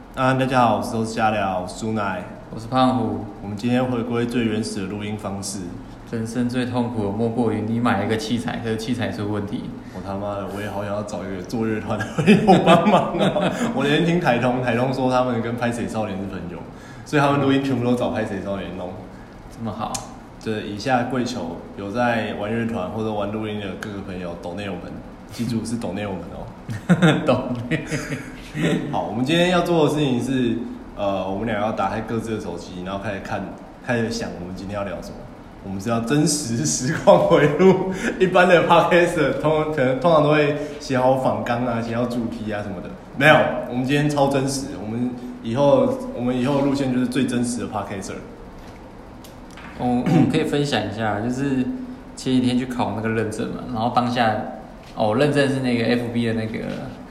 大家好，我是都是瞎聊，我是猪奶， 我是胖虎。 我们今天回归最原始的录音方式。 人生最痛苦的莫过于你买了一个器材，可是器材出问题。 我他妈的，我也好想要找一个做乐团的朋友帮忙啊！我连听台通说他们跟拍谁少年是朋友，所以他们录音全部都找拍谁少年弄。 这么好， 就是以下跪求有在玩乐团或者玩录音的各个朋友抖内我们，记住是抖内我们哦。 懂。 好，我们今天要做的事情是，我们俩要打开各自的手机，然后开始想我们今天要聊什么。我们是要真实实况回录，一般的 podcast 通常都会写好访纲啊，写好主题啊什么的，没有，我们今天超真实。我们以后的路线就是最真实的 podcaster。 我可以分享一下，就是前几天去考那个认证嘛，然后当下认证是那个 FB 的那个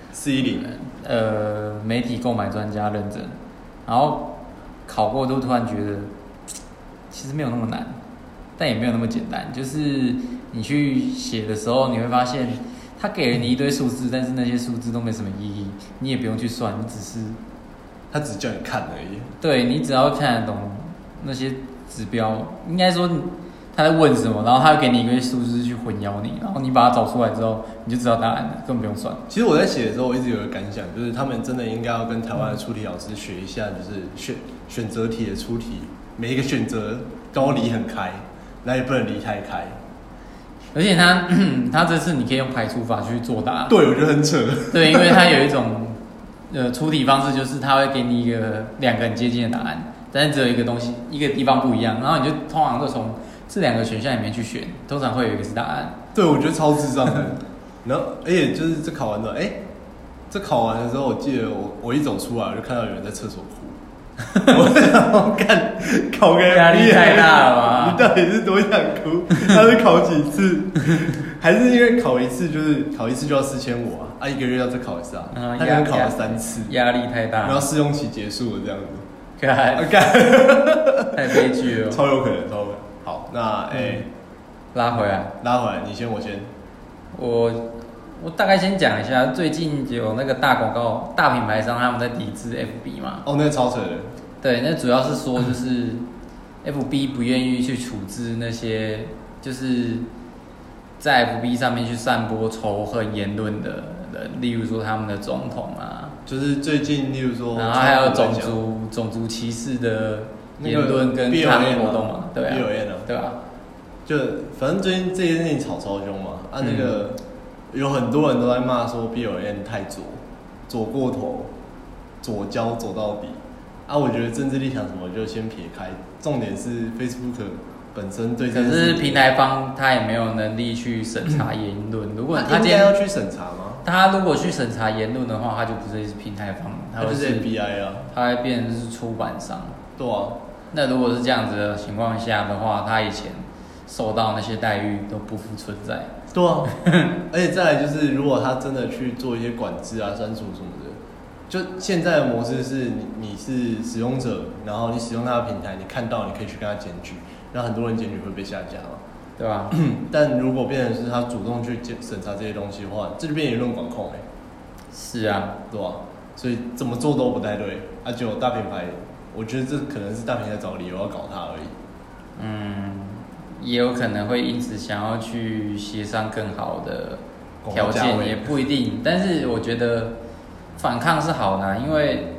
410 媒体购买专家认证，然后考过都突然觉得其实没有那么难。但也没有那么简单，就是你去写的时候，你会发现他给了你一堆数字，但是那些数字都没什么意义，你也不用去算， 他只叫你看而已。 对，你只要看得懂那些指标，应该说他在问什么，然后他会给你一堆数字去混淆你，然后你把它找出来之后，你就知道答案了，根本不用算。 其实我在写的时候，我一直有个感想，就是他们真的应该要跟台湾的出题老师学一下，就是选择题的出题，每一个选择都离很开。那也不能离太开， 而且他这次你可以用排除法去作答。 对，我觉得很扯。 对，因为他有一种出题方式，就是他会给你一个两个很接近的答案，但是只有一个东西一个地方不一样，然后你就通常就从这两个选项里面去选，通常会有一个是答案。 对，我觉得超智障的。然后，而且就是这考完的，这考完的时候，我记得我一走出来，我就看到有人在厕所哭。我想看考个压力太大了吧？ 你到底是多想哭？他是考几次？还是因为考一次就要4500啊？一个月要再考一次啊？他可能考了3次， 压力太大。 然后试用期结束了这样子， 太悲剧了， 超有可能。好，那拉回来， 你先，我先。 我大概先讲一下，最近有那个大广告、大品牌商他们在抵制 FB 嘛。 那个超扯的。 对，那主要是说就是 FB 不愿意去处置那些就是在 FB 上面去散播仇恨言论的人，例如说他们的总统啊， 就是最近例如说， 然后还有种族歧视的言论跟抗议活动嘛，对啊，对吧？ 就反正最近这件事情吵超凶嘛，那个。有很多人都在骂说 BLM 太左过头，左交走到底我觉得政治立场什么就先撇开，重点是 Facebook 本身对这件事情。可是平台方他也没有能力去审查言论，如果他今天要去审查吗？ 他如果去审查言论的话，他就不是平台方， 他就是 FBI 啊， 他会变成是出版商。 对啊， 那如果是这样子的情况下的话，他以前受到那些待遇都不复存在。 对啊，而且再来就是，如果他真的去做一些管制啊、删除什么的，就现在的模式是你是使用者，然后你使用他的平台，你看到你可以去跟他检举，然后很多人检举会被下架嘛， 对吧？ 但如果变成是他主动去审查这些东西的话，这就变言论管控是啊， 对吧？所以怎么做都不太对只有大品牌，我觉得这可能是大品牌找理由要搞他而已。 也有可能会因此想要去协商更好的条件，也不一定。但是我觉得反抗是好的因为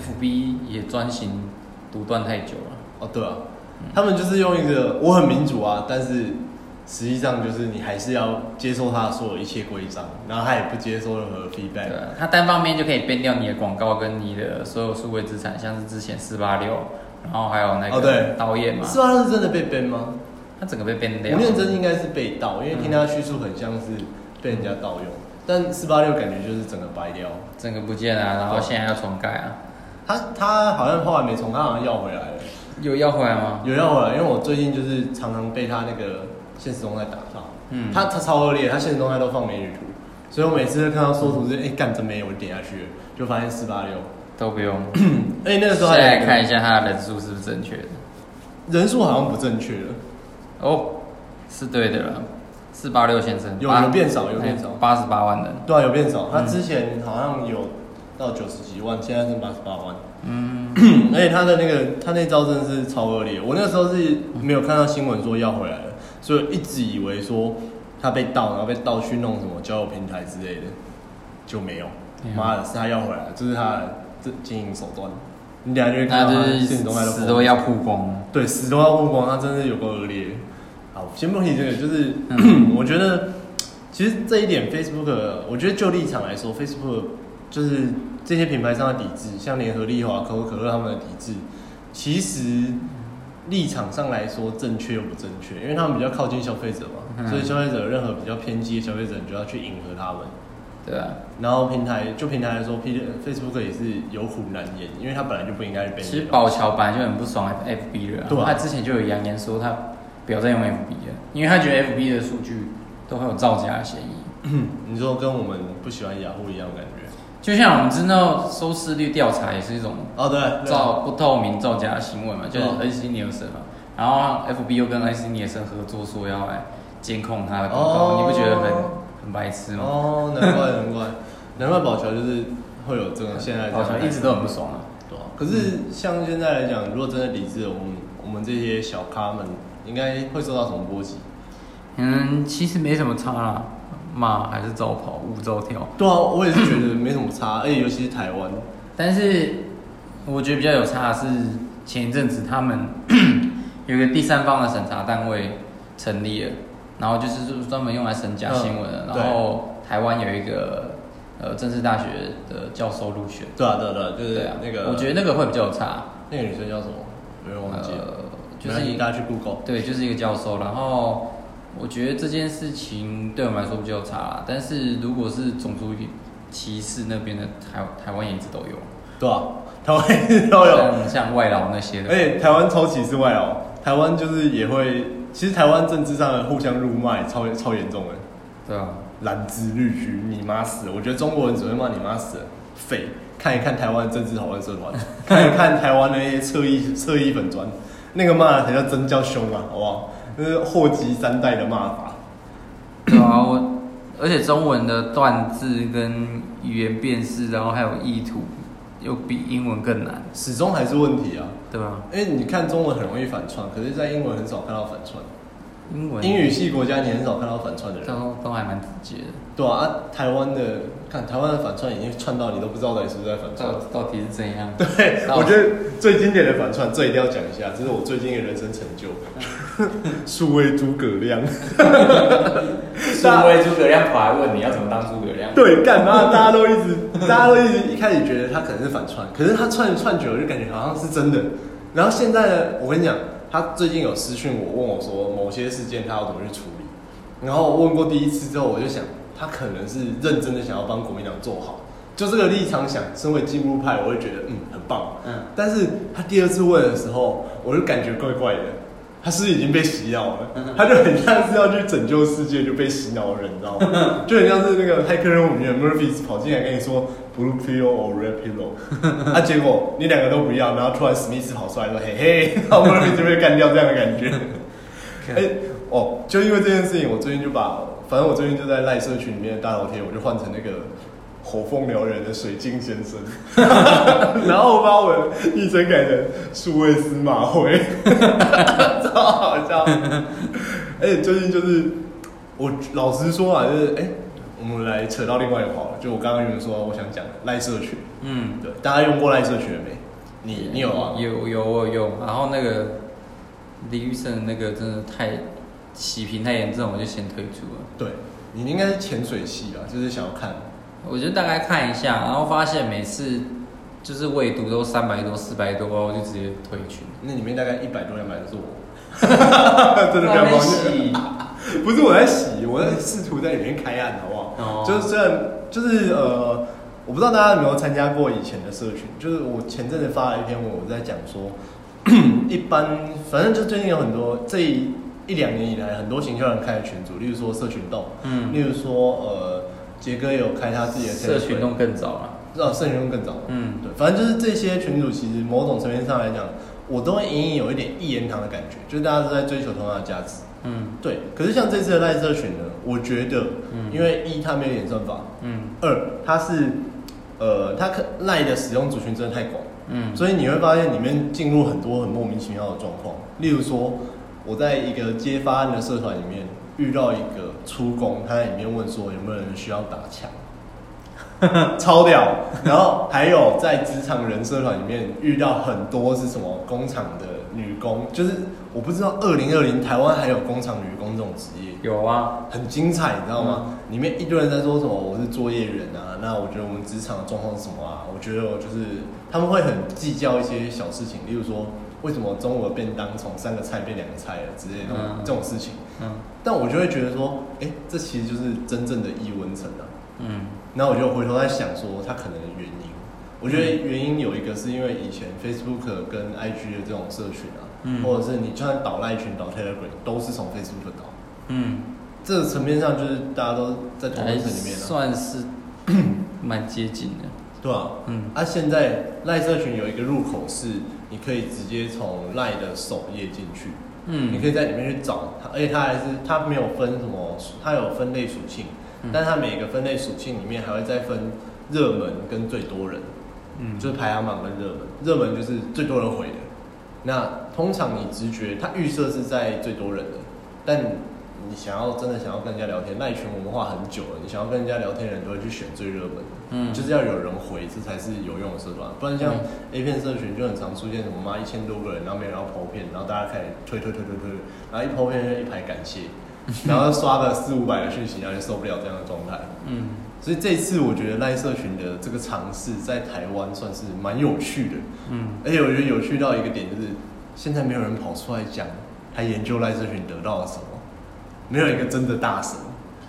FB 也专行独断太久了。 对啊，他们就是用一个我很民主但是实际上就是你还是要接受他的所有一切规章，然后他也不接受任何 feedback。 对啊，他单方面就可以编掉你的广告跟你的所有数位资产，像是之前486，然后还有那个导演嘛。 486是真的被编吗？ 他整个被编掉。 吴念真应该是被盗，因为听他叙述很像是被人家盗用，但486感觉就是整个白掉， 整个不见了，然后现在要重盖他好像后来没重，他好像要回来了。 有要回来吗？ 有要回来，因为我最近就是常常被他那个限时动态打到。他超恶劣，他限时动态都放美女图，所以我每次看到说图是干真没有，我就点下去了，就发现486 都不用。 而且那个时候还来看一下他的人数是不是正确的， 人数好像不正确了。 是对的了，486先生有变少，有变少 ，88万人。 对啊，有变少。他之前好像有到90几万，现在剩88万。而且他那招真的是超恶劣。我那个时候是没有看到新闻说要回来了，所以一直以为说他被盗，然后被盗去弄什么交友平台之类的，就没有。妈的，是他要回来，这是他的经营手段。你等下就会看到他现实动态死都要曝光。 对，死都要曝光，他真的是有够恶劣。好，先不提这个，就是我觉得其实这一点 Facebook， 我觉得就立场来说 ，Facebook 就是这些品牌商的抵制，像联合利华、可口可乐他们的抵制，其实立场上来说正确又不正确，因为他们比较靠近消费者嘛，所以消费者有任何比较偏激的消费者，你就要去迎合他们。 对啊。 然后平台来说 ，Facebook 也是有苦难言，因为他本来就不应该被。 其实宝乔本来就很不爽 FB 了，对啊，他之前就有扬言说他不要再用 FB 了，因为他觉得 FB 的数据都会有造假的嫌疑。 你说跟我们不喜欢雅虎一样的感觉？ 就像我们知道收视率调查也是一种对不透明造假的行为嘛，就是 AC Nielsen 嘛，然后 FB 又跟 AC Nielsen 合作说要来监控他的广告，你不觉得很白痴吗？ 难怪宝乔就是会有这种现在宝乔一直都很不爽啊。 对啊，可是像现在来讲，如果真的抵制了我们这些小咖们，应该会受到什么波及？ 其实没什么差啦，骂还是照跑，舞照跳。 对啊，我也是觉得没什么差，而且尤其是台湾。 但是我觉得比较有差的是前一阵子他们有一个第三方的审查单位成立了，然后就是专门用来审假新闻的。然后台湾有一个政治大学的教授入选。 对啊，就是那个。 我觉得那个会比较有差。 那个女生叫什么？有点忘记了。 就是大家去 Google。 对，就是一个教授。然后我觉得这件事情对我们来说比较有差啦，但是如果是种族歧视那边的台湾也一直都有。对啊，台湾一直都有。 像外劳那些的。 而且台湾超歧视外劳，台湾就是也会，其实台湾政治上的互相辱骂也超严重的。 对啊。 蓝之绿须，你妈死了！我觉得中国人只会骂你妈死了，废。看一看台湾政治讨论社团，看一看台湾的那些侧翼粉专，那个骂才叫真叫凶啊，好不好？那是祸及3代的骂法。 对啊，而且中文的断字跟语言辨识，然后还有意图，又比英文更难， 始终还是问题啊， 对吧？ 因为你看中文很容易反串，可是在英文很少看到反串。 英语系国家你很少看到反串的人， 都还蛮直接的。 对啊，台湾的反串已经串到你都不知道到底是不是在反串， 到底是怎样？ 对，我觉得最经典的反串，这一定要讲一下，这是我最近的人生成就。数位诸葛亮， 数位诸葛亮跑来问你要怎么当诸葛亮？ 对，干嘛？大家都一直一开始觉得他可能是反串，可是他串久了就感觉好像是真的。然后现在呢，我跟你讲。他最近有私讯我，问我说某些事件他要怎么去处理。然后我问过第一次之后，我就想他可能是认真的想要帮国民党做好，就这个立场想，身为进步派，我会觉得很棒。但是他第二次问的时候，我就感觉怪怪的，他是不是已经被洗脑了？他就很像是要去拯救世界就被洗脑的人，你知道吗？就很像是那个骇客任务里面 Murphy 跑进来跟你说 Blue pillow or red pillow， 结果你2个都不要，然后突然史密斯跑出来说嘿嘿，然后 Murphy 就被干掉这样的感觉。就因为这件事情，我最近反正我最近就在赖社群里面的大头贴，我就换成那个火凤燎原的水镜先生，然后我把我的昵称改成数位司马徽，超好笑。最近就是我老实说啊，就是我们来扯到另外一个话了，就我刚刚原本说我想讲赖社群，对，大家用过赖社群了没？你有啊？ 有，然后那个李宇森那个真的洗屏太严重，我就先退出了。 对，你应该是潜水系吧，就是想要看。 我就大概看一下，然后发现每次就是未读都300多、400多，我就直接退群。 那里面大概100多、200都是我，真的不要抱歉。不是我在洗，我在试图在里面开案，好不好？就是虽然就是我不知道大家有没有参加过以前的社群，就是我前阵子发了一篇文，我在讲说，一般反正就最近有很多这1-2年以来，很多行销人开的群组，例如说社群洞，例如说杰哥有开他自己的社群洞更早了， 社群洞更早，对，反正就是这些群组，其实某种层面上来讲，我都会隐隐有一点一言堂的感觉，就是大家都在追求同样的价值，对。可是像这次的赖社群呢，我觉得，因为1它没有演算法，2它是它赖的使用族群真的太广，所以你会发现里面进入很多很莫名其妙的状况。例如说，我在一个揭发案的社团里面遇到一个出工，他在里面问说有没有人需要打枪。超屌，然后还有在职场人社团里面遇到很多是什么工厂的女工，就是我不知道2020台湾还有工厂女工这种职业， 有啊， 很精彩，你知道吗？里面一堆人在说什么我是作业员啊，那我觉得我们职场的状况是什么啊？我觉得就是他们会很计较一些小事情，例如说为什么中午的便当从3个菜变2个菜了之类的这种事情，但我就会觉得说，这其实就是真正的异温层啊。然后我就回头在想说，它可能的原因，我觉得原因有一个是因为以前 Facebook 跟 IG 的这种社群啊，或者是你就算导赖群、导 Telegram 都是从 Facebook 导，这个层面上就是大家都在同温层里面啊， 算是蛮接近的， 对啊，现在赖社群有一个入口是你可以直接从赖的首页进去，你可以在里面去找它，而且它没有分什么，它有分类属性。但它每个分类属性里面还会再分热门跟最多人，就是排行榜跟热门。热门就是最多人回的，那通常你直觉它预设是在最多人的，但你真的想要跟人家聊天，赖群文化很久了，你想要跟人家聊天的人都会去选最热门的，就是要有人回，这才是有用的社团。不然像 A 片社群就很常出现什么1000多个人，然后没人要抛片，然后大家开始推，然后一抛片就一排感谢。然后刷了400-500个讯息，然后就受不了这样的状态。所以这次我觉得赖社群的这个尝试在台湾算是蛮有趣的。而且我觉得有趣到一个点就是，现在没有人跑出来讲他研究赖社群得到了什么，没有一个真的大神。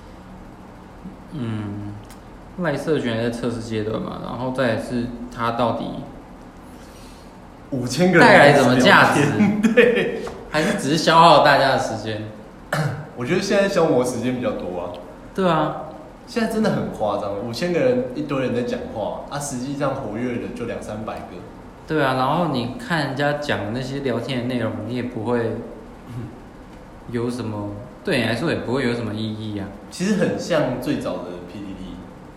赖社群还在测试阶段嘛，然后再来是他到底 5000个人带来什么价值？ 对， 还是只是消耗大家的时间？ 我觉得现在消磨时间比较多啊。 对啊， 现在真的很夸张，5000个人一堆人在讲话啊，实际上活跃的就200-300个。 对啊，然后你看人家讲的那些聊天的内容，你也不会有什么，对你来说也不会有什么意义啊。 其实很像最早的 PTT。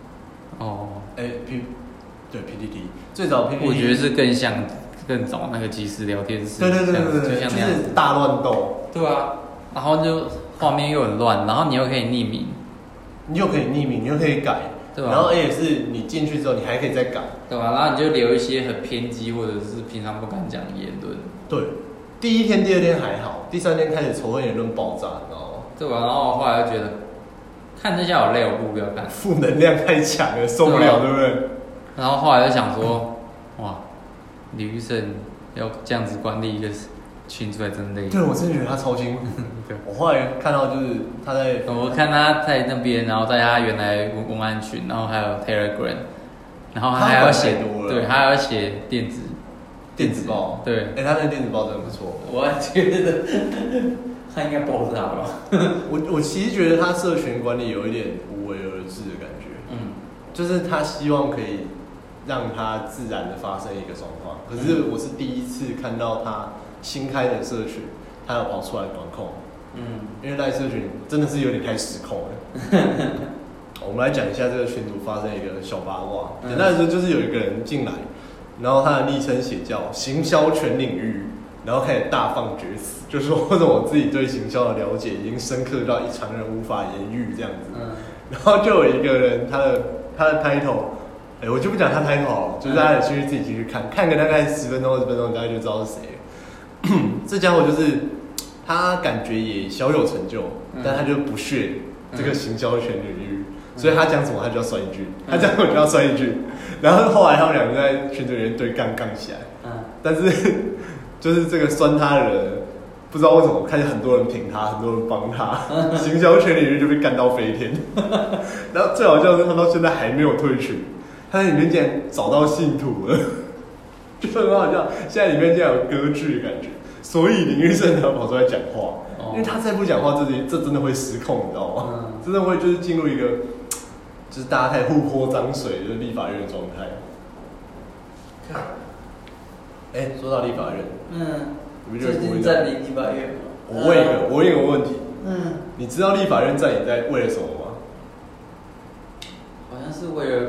对 PTT 最早 PTT， 我觉得是更早那个即时聊天室。 对， 就像那样就是大乱斗。 对啊，然后就画面又很乱，然后你又可以匿名， 你又可以改， 对吧？ 然后也是你进去之后，你还可以再改， 对吧？然后你就留一些很偏激或者是平常不敢讲的言论。 对，第1天、第2天还好，第3天开始仇恨言论爆炸，你知道吗？ 对吧？然后我后来就觉得，看这些好累，我不要看， 负能量太强了，受不了，对不对？ 然后后来就想说，哇，李玉胜要这样子管理一个群出来真累。 对，我真的觉得他超辛苦。我后来看到就是我看他在那边，然后在他原来文案群，然后还有 Telegram， 然后他还要写，对，他还要写电子报， 对， 他那个电子报真的不错。 我还觉得他应该爆炸吧。 我其实觉得他社群管理有一点无为而治的感觉，就是他希望可以让它自然的发生一个状况。可是我是第一次看到他新开的社群，他有跑出来管控。因为赖社群真的是有点太失控了。我们来讲一下这个群组发生一个小八卦。简单来说，就是有一个人进来，然后他的昵称写叫行销全领域，然后开始大放厥词，就说或者我自己对行销的了解已经深刻到一常人无法言喻这样子。然后就有一个人，他的 title， 我就不讲他 title 好了，就是大家自己去看个大概10分钟20分钟，大家就知道是谁。这家伙就是他感觉也小有成就，但他就不屑这个行销全领域，所以他讲什么他就要酸一句，他讲什么就要酸一句。然后后来他们两个在群组里面对杠起来，但是就是这个酸他的人，不知道为什么开始很多人挺他，很多人帮他，行销圈领域就被干到飞天。然后最好笑的是他到现在还没有退群，他在里面竟然找到信徒了，就很好笑。现在里面竟然有歌剧的感觉，所以林玉胜才跑出来讲话，因为他再不讲话，这真的会失控，你知道吗？真的会就是进入一个就是大家开始互泼脏水，就是立法院的状态。说到立法院， 最近占领立法院吗？ 我问一个问题，你知道立法院占领在为了什么吗？ 好像是为了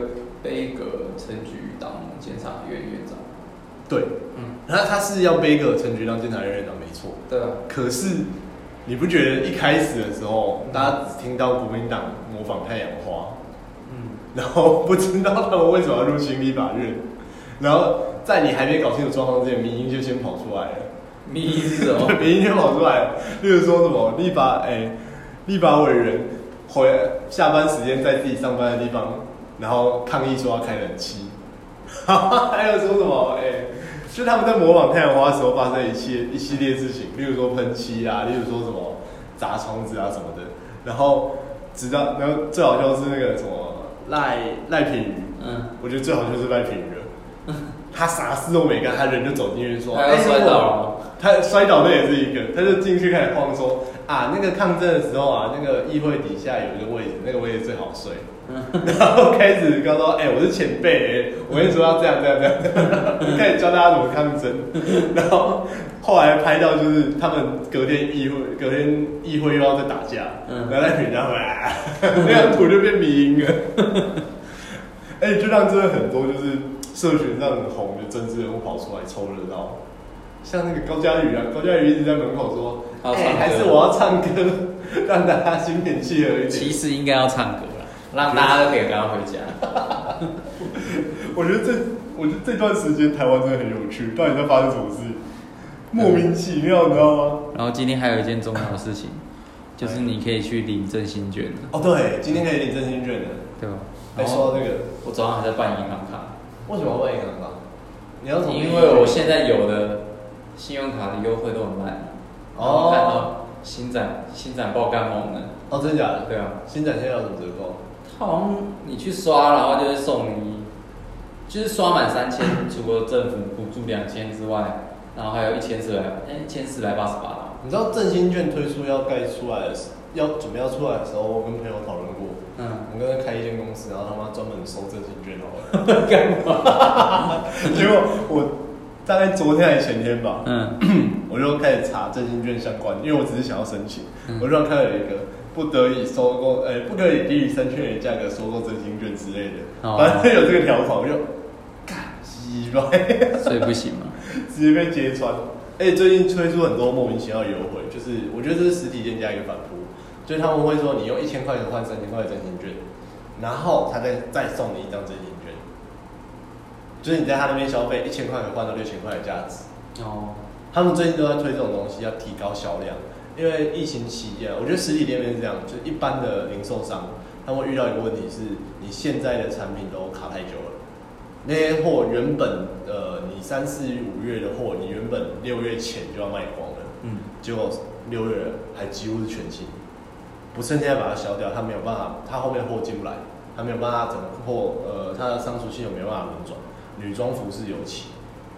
杯葛陈局当检察院院长。 对，他是要背个陈局当监察院院长，没错。 对啊。 可是你不觉得一开始的时候，大家只听到国民党模仿太阳花，然后不知道他们为什么要入侵立法院，然后在你还没搞清楚状况之前，民音就先跑出来了。 民音是什么？ 民音先跑出来了，例如说什么立法委员下班时间在自己上班的地方，然后抗议说要开冷气，还有说什么就他们在模仿太阳花的时候发生一系列事情，例如说喷漆啊，例如说什么砸窗子啊什么的，然后最好笑是那个什么赖品妤，我觉得最好就是赖品妤了，他啥事都没干，他人就走进去说， 他要摔倒了， 他摔倒那也是一个，他就进去开始晃说啊，那个抗争的时候啊，那个议会底下有一个位置，那个位置最好睡。然后开始刚说，我是前辈，我跟你说要这样，开始教大家怎么抗争。然后后来拍到就是他们隔天议会又要再打架，然后在评他们，那张图就变迷因了。就让真的很多就是社群上很红的政治人物跑出来凑热闹。像那个高嘉瑜一直在门口说，还是我要唱歌，让大家心平气和一点。 其实应该要唱歌啦，让大家都可以跟他回家。 我觉得这段时间台湾真的很有趣，到底在发生什么事？莫名其妙，你知道吗？ 然后今天还有一件重要的事情，就是你可以去领振兴券的。 哦，对，今天可以领振兴券的， 对吧？ 说到这个， 我早上还在办银行卡。 为什么要办银行卡？你要因为我现在有的信用卡的优惠都很烂，然后看到新展爆干猛的。 哦，真的假的？ 对啊。 新展现在有什么折扣？ 它好像你去刷，然后就会送你，就是刷满3000，除了政府补助2000之外，然后还有1488。 你知道振兴券推出要盖出来的，准备要出来的时候，我跟朋友讨论过。我跟他开一间公司，然后他妈专门收振兴券好了。 干嘛？ 结果我大概昨天还是前天吧，我就开始查振兴券相关，因为我只是想要申请，我就看到有一个不可以低于3千元价格收购振兴券之类的，反正有这个条款，我就干鸡巴， 所以不行嘛， 直接被揭穿。最近推出很多莫名其妙的优惠，就是我觉得这是实体店家一个反扑，就是他们会说你用1000块换3000块的振兴券，然后他再送你一张振兴券，就是你在他那边消费1000块可以换到6000块的价值。他们最近都在推这种东西，要提高销量。因为疫情期间，我觉得实体店面是这样，就是一般的零售商，他们会遇到一个问题是，你现在的产品都卡太久了，那些货原本你3、4、5月的货，你原本6月前就要卖光了，结果6月还几乎是全新，不趁现在把它销掉，他没有办法，他后面的货进不来，他没有办法整个货，他的仓储系统没有办法轮转，女装服饰尤其，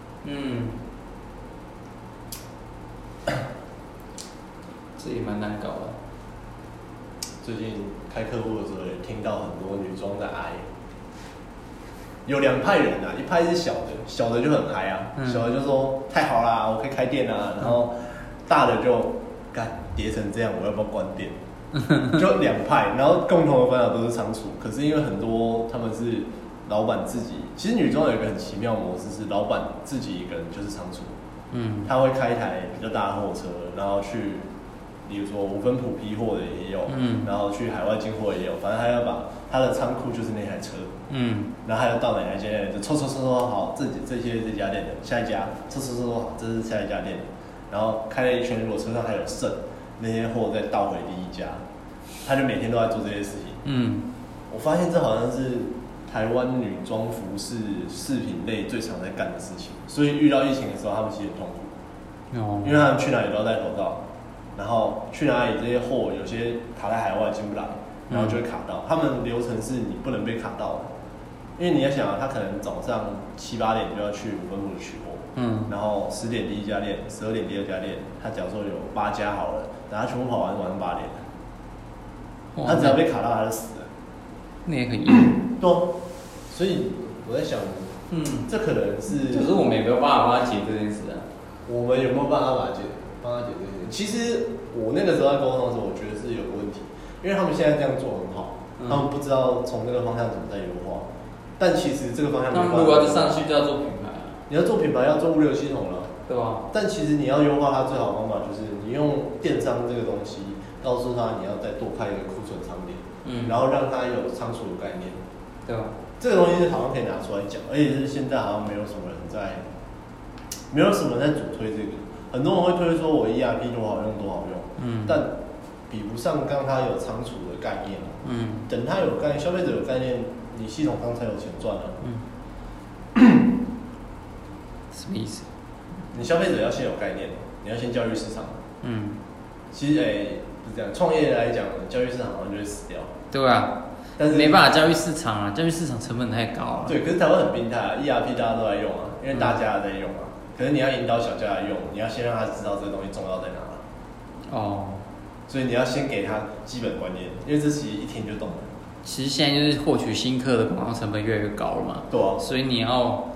这也蛮难搞的。 最近开客户的时候也听到很多女装在哀，有2派人啊，一派是小的就很嗨啊，小的就说太好啦，我可以开店啊，然后大的就干跌成这样，我要不要关店？就2派，然后共同的烦恼都是仓储，可是因为很多他们是老板自己，其实女装有一个很奇妙的模式是老板自己一个人就是仓储，他会开一台比较大的货车，然后去。比如说5分埔批货的也有，然后去海外进货也有，反正他要把他的仓库就是那台车，然后他要到哪家店就抽好，这家店的下一家，抽好，这是下一家店的，然后开了一圈，如果车上还有剩，那些货再倒回第一家，他就每天都在做这些事情。我发现这好像是台湾女装服饰饰品类最常在干的事情，所以遇到疫情的时候，他们其实很痛苦，因为他们去哪里都要戴口罩。然后去哪里这些货有些卡在海外进不来，然后就会卡到。他们流程是你不能被卡到的，因为你要想他可能早上7、8点就要去5分埔取货，然后10点第一家店，12点第二家店，他假如说有8家好了，等他全部跑完晚上8点，他只要被卡到他就死了。 那也很硬。 对，所以我在想，这可能是， 可是我们也没有办法帮他解这件事啊。 我们有没有办法帮他解这件事？其实我那个时候在沟通的时候，我觉得是有个问题，因为他们现在这样做很好，他们不知道从这个方向怎么再优化。 但其实这个方向没办法。 那如果要上去就要做品牌啊， 你要做品牌，要做物流系统了， 对吧？ 但其实你要优化它最好的方法就是你用电商这个东西告诉他你要再多开一个库存仓点，然后让他有仓储的概念， 对吧？ 这个东西好像可以拿出来讲，而且是现在好像没有什么人在主推这个，很多人会推说我 ERP 多好用多好用，但比不上刚他有仓储的概念，等他有概念，消费者有概念，你系统商才有钱赚啊， 什么意思？ 你消费者要先有概念，你要先教育市场，其实不是这样，创业来讲，教育市场好像就会死掉， 对啊。 但是没办法教育市场啊，教育市场成本太高了。 对，可是台湾很病态啊 ，ERP 大家都在用啊，因为大家在用啊。可是你要引导小家来用，你要先让他知道这个东西重要在哪。所以你要先给他基本观念，因为这其实一听就懂了。 其实现在就是获取新客的广告成本越来越高了嘛。 对啊。所以你要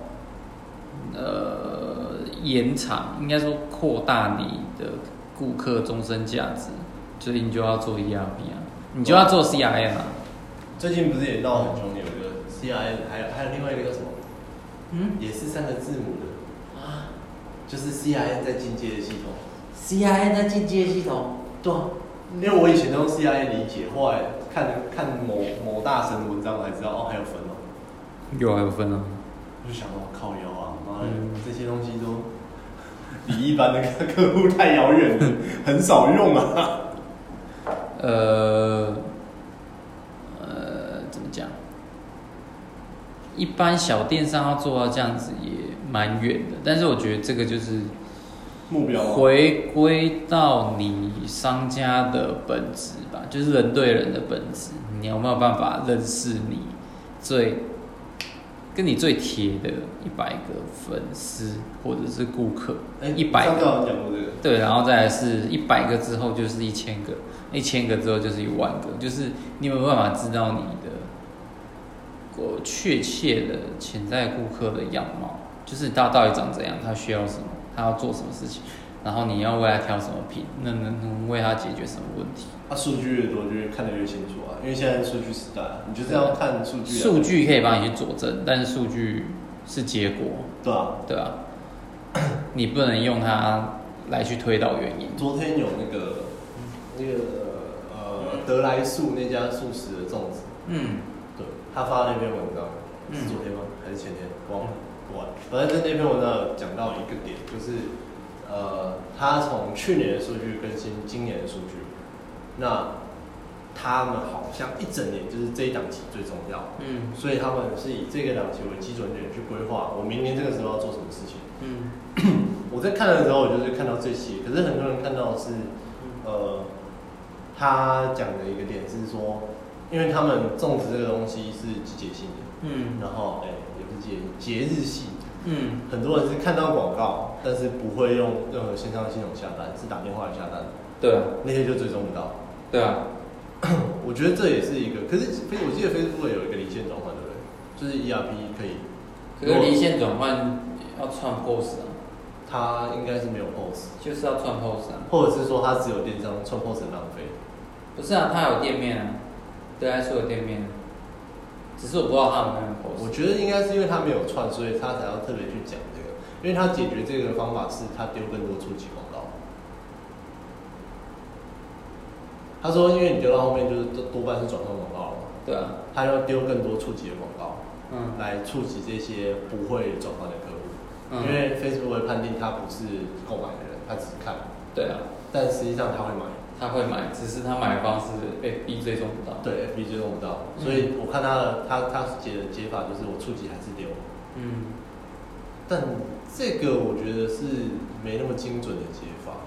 延长，应该说扩大你的顾客终身价值，所以你就要做 ERP 啊，你就要做 CRM 啊。 最近不是也闹很凶，有一个 CRM， 还有另外一个叫什么？也是3个字母的啊，就是 CRM 在进阶的系统。 CRM 在进阶系统，对。 因为我以前都用 CRM 理解，后来看某大神文章，我才知道还有分哦。 有还有分啊。 我就想到靠腰啊，妈的，这些东西都比一般的客户太遥远了，很少用啊。 怎么讲？一般小电商要做到这样子也蛮远的，但是我觉得这个就是目标回归到你商家的本质吧，就是人对人的本质。你有没有办法认识跟你最贴的100个粉丝或者是顾客？100个。 上次好像讲过这个。 对，然后再来是100个之后就是1000个，1000个之后就是10000个，就是你有没有办法知道你的确切的潜在顾客的样貌，就是他到底长怎样，他需要什么，他要做什么事情，然后你要为他挑什么品，能为他解决什么问题。 数据越多，就会看得越清楚啊，因为现在数据时代，你就是要看数据。 数据可以帮你去佐证，但是数据是结果。对啊，你不能用它来去推导原因。 昨天有那个德莱素那家素食的粽子，对，他发的那篇文章是昨天吗？还是前天？忘了。反正在那篇文章有讲到一个点，就是他从去年的数据更新今年的数据，那他们好像一整年就是这一档期最重要，所以他们是以这个档期为基准点去规划，我明年这个时候要做什么事情。我在看的时候，我就是看到这些，可是很多人看到的是，他讲的一个点是说，因为他们粽子这个东西是季节性的，然后也不是节日系，很多人是看到广告，但是不会用任何线上系统下单，是打电话来下单。 对啊， 那些就追踪不到。 对啊， 我觉得这也是一个，可是我记得 Facebook 有一个离线转换，对不对？就是 ERP 可以。 可是离线转换要串 POS 啊。 它应该是没有 POS， 就是要串 POS 啊。 或者是说它只有电商串 POS 很浪费。 不是啊，它有店面啊，对来说有店面，只是我不知道它有没有 POS。 我觉得应该是因为它没有串，所以他才要特别去讲这个，因为他解决这个方法是他丢更多触及广告。他说，因为你丢到后面就是多半是转换广告了嘛。 对啊。 他要丢更多触及的广告，来触及这些不会转换的客户，因为 Facebook 会判定他不是购买的人，他只是看。 对啊。 但实际上他会买。 他会买，只是他买的方式 FB 追踪不到。 对 ，FB 追踪不到，所以我看他解的解法就是我触及还是丢。但这个我觉得是没那么精准的解法。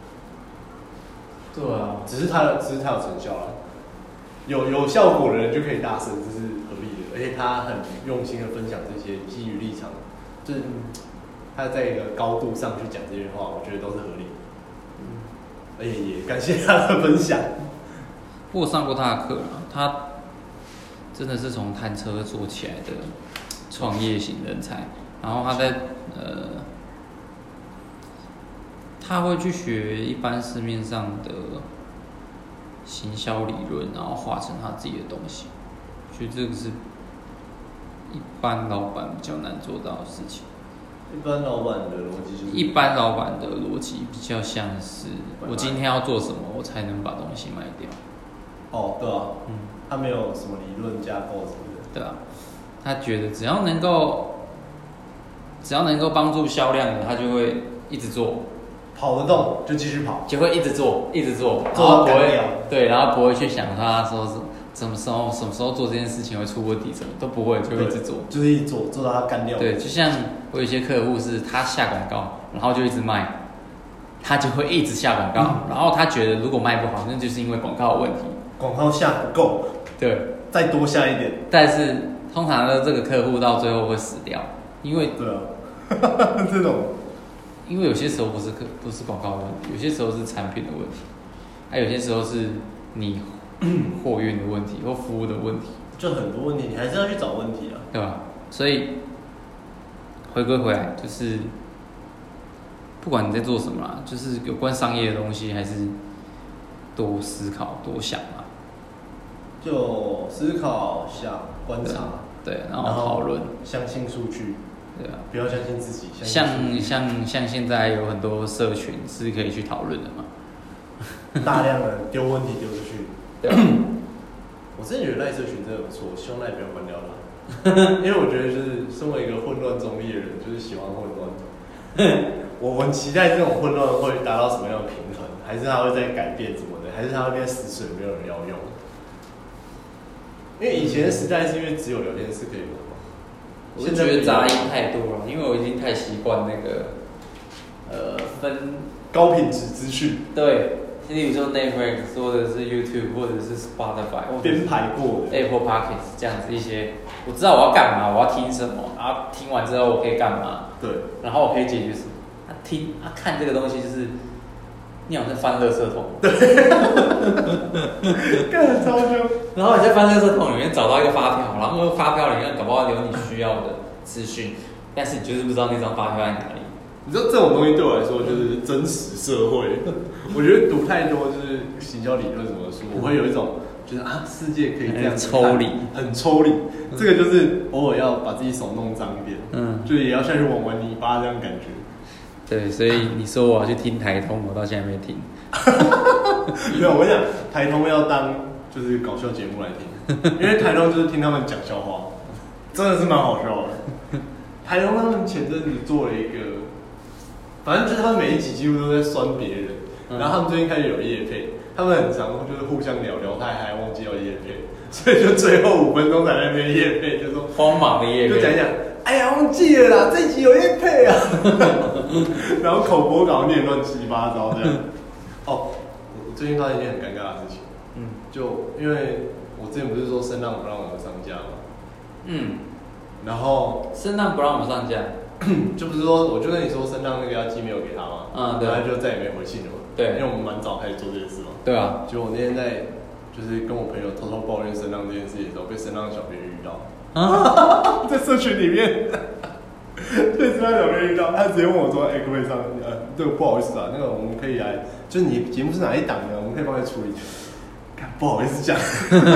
对啊， 只是它有成效了，有效果的人就可以大声，这是合理的，而且他很用心的分享这些基于立场，就是他在一个高度上去讲这些话，我觉得都是合理的。而且也感谢他的分享。 我上过他的课啊，他真的是从摊车做起来的创业型人才，然后他在他会去学一般市面上的行销理论，然后化成他自己的东西，所以这个是一般老板比较难做到的事情。 一般老板的逻辑就是， 一般老板的逻辑比较像是，我今天要做什么，我才能把东西卖掉。 哦，对啊，他没有什么理论架构什么的。 对啊，他觉得只要能够帮助销量的，他就会一直做。 跑得动就继续跑， 就会一直做，做到干掉。 对，然后不会去想他说是什么时候做这件事情会出问题，什么都不会，就一直做， 就是一直做到他干掉。 对，就像我有些客户是他下广告，然后就一直卖，他就会一直下广告，然后他觉得如果卖不好，那就是因为广告的问题， 广告下不够， 对， 再多下一点。 但是通常的这个客户到最后会死掉，因为对啊，这种。 因为有些时候不是广告的问题，有些时候是产品的问题，还有些时候是你货运的问题或服务的问题， 就很多问题，你还是要去找问题啊， 对吧？所以回归回来，就是不管你在做什么啦，就是有关商业的东西，还是多思考、多想嘛。 就思考、想、观察， 对，然后讨论， 相信数据。 对啊， 不要相信自己。 像现在有很多社群是可以去讨论的嘛， 大量的丢问题丢出去。 对啊， 我真的觉得赖社群真的不错，希望赖不要关掉它。因为我觉得就是身为一个混乱中立的人，就是喜欢混乱。我很期待这种混乱会达到什么样的平衡，还是它会在改变什么的，还是它会变死水，没有人要用。因为以前的时代是因为只有聊天室可以玩嘛。 我觉得杂音太多了，因为我已经太习惯那个分高品质资讯。 对，例如说 Netflix 或者是 YouTube 或者是 Spotify 编排过的 Apple Podcast 这样子一些，我知道我要干嘛，我要听什么，然后听完之后我可以干嘛， 对， 然后我可以解决什么。看这个东西就是你好像在翻垃圾桶， 对，干超凶。 然后你在翻垃圾桶里面找到一个发票，然后发票里面搞不好有你需要的资讯，但是你就是不知道那张发票在哪里。 你知道这种东西对我来说就是真实社会。我觉得读太多就是行销理论什么的书，我会有一种就是世界可以这样抽离， 很抽离。这个就是偶尔要把自己手弄脏一点，就是也要下去玩泥巴这样感觉。 对，所以你说我要去听台通，我到现在没听。 没有，我跟你讲，台通要当就是搞笑节目来听，因为台通就是听他们讲笑话，真的是蛮好笑的。台通他们前阵子做了一个，反正就是他们每一集几乎都在酸别人，然后他们最近开始有业配，他们很常就是互相聊太嗨，忘记要业配，所以就最后5分钟在那边业配，就说荒謬的业配， 就讲一讲。哎呀，忘记了啦，这一集有业配啊，然后口播稿念乱七八糟这样。哦，我最近发现一件很尴尬的事情，就因为我之前不是说声浪不让我们上架吗？然后声浪不让我们上架， 就不是说我就跟你说声浪那个要寄没有给他嘛， 对， 然后就再也没回信了嘛， 对， 因为我们蛮早开始做这件事嘛， 对啊， 结果我那天在就是跟我朋友偷偷抱怨声浪这件事情的时候，被声浪小编遇到。在社群里面，被声浪小编遇到，他直接问我说：“可不可以上？这个不好意思啊，那个我们可以来，就是你节目是哪一档的，我们可以帮你处理。”不好意思讲。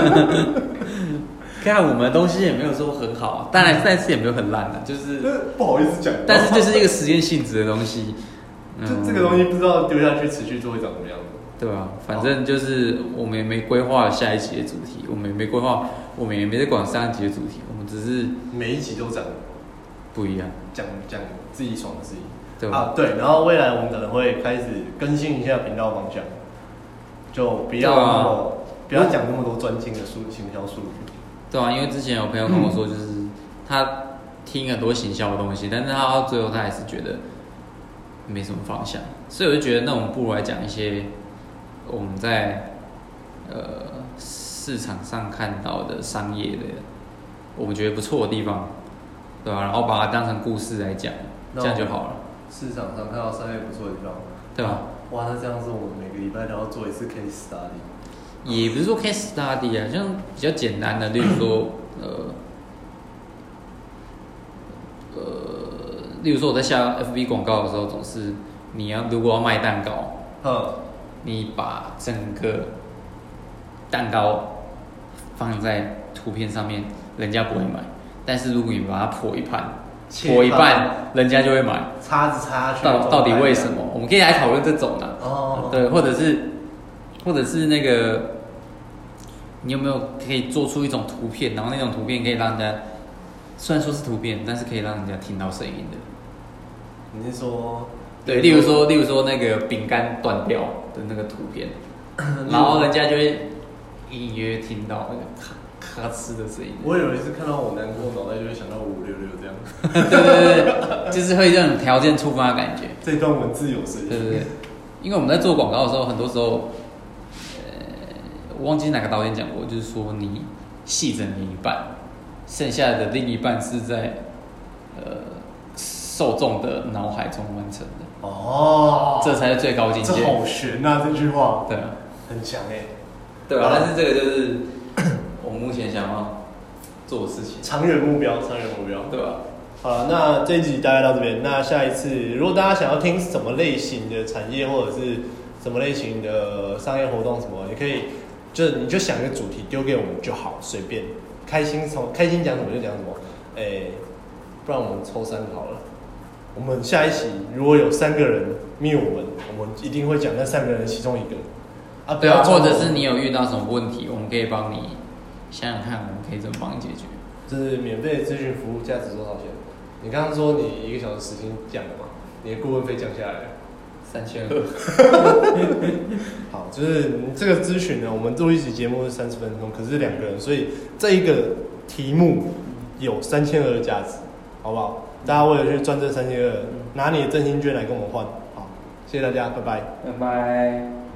看我们的东西也没有说很好，当然但是也没有很烂的，就是不好意思讲。 但是就是一个实验性质的东西， 就这个东西不知道丢下去持续做会长什么样子。 对啊，反正就是我们也没规划下一集的主题，我们也没规划，我们也没在管上一集的主题，我们只是每一集都讲不一样， 讲自己爽的事情。 对吧？ 对，然后未来我们可能会开始更新一下频道方向，就不要讲那么多专精的行销术语。 对啊，因为之前有朋友跟我说，就是他听很多行销的东西，但是他到最后他还是觉得没什么方向，所以我就觉得那我们不如来讲一些我们在市场上看到的商业的我们觉得不错的地方，对吧？然后把它当成故事来讲，这样就好了。 市场上看到商业不错的地方， 对吧？ 哇，那这样子我们每个礼拜都要做一次 case study。 也不是说 case study 啊，像比较简单的，例如说例如说我在下 FB 广告的时候，总是如果要卖蛋糕，你把整个蛋糕放在图片上面，人家不会买。 但是如果你把它破一半，人家就会买。 叉子插下去， 到底为什么？我们可以来讨论这种啊。 哦， 对，或者是那个，你有没有可以做出一种图片，然后那种图片可以让人家，虽然说是图片，但是可以让人家听到声音的。 你是说？ 对，例如说那个饼干断掉的那个图片，然后人家就会隐约听到那个咔哧的声音。 我以为是看到我难过，脑袋就会想到5566这样。 对，就是会这种条件触发的感觉。 这段文字有声音。 对，因为我们在做广告的时候，很多时候，我忘记哪个导演讲过，就是说你戏整你一半，剩下的另一半是在受众的脑海中完成的。 哦， 这才是最高境界。 这好悬啊！这句话， 对啊， 很强哎。 对啊，但是这个就是我目前想要做的事情。 长远目标， 对吧？ 好了，那这一集大概到这边。那下一次，如果大家想要听什么类型的产业，或者是什么类型的商业活动什么，你可以你就想一个主题丢给我们就好，随便开心讲什么就讲什么。不然我们抽3个好了。我们下一期如果有3个人密我们一定会讲那3个人其中一个。啊， 对啊，或者是你有遇到什么问题，我们可以帮你想想看，我们可以怎么帮你解决。 这是免费的咨询服务，价值多少钱？你刚刚说你1个小时时薪降了嘛？你的顾问费降下来了 3200。 好，就是这个咨询呢，我们做一集节目是30分钟，可是2个人，所以这一个题目有3200的价值，好不好？大家为了去赚这3200，拿你的振兴券来跟我们换。好，谢谢大家，拜拜。 拜拜。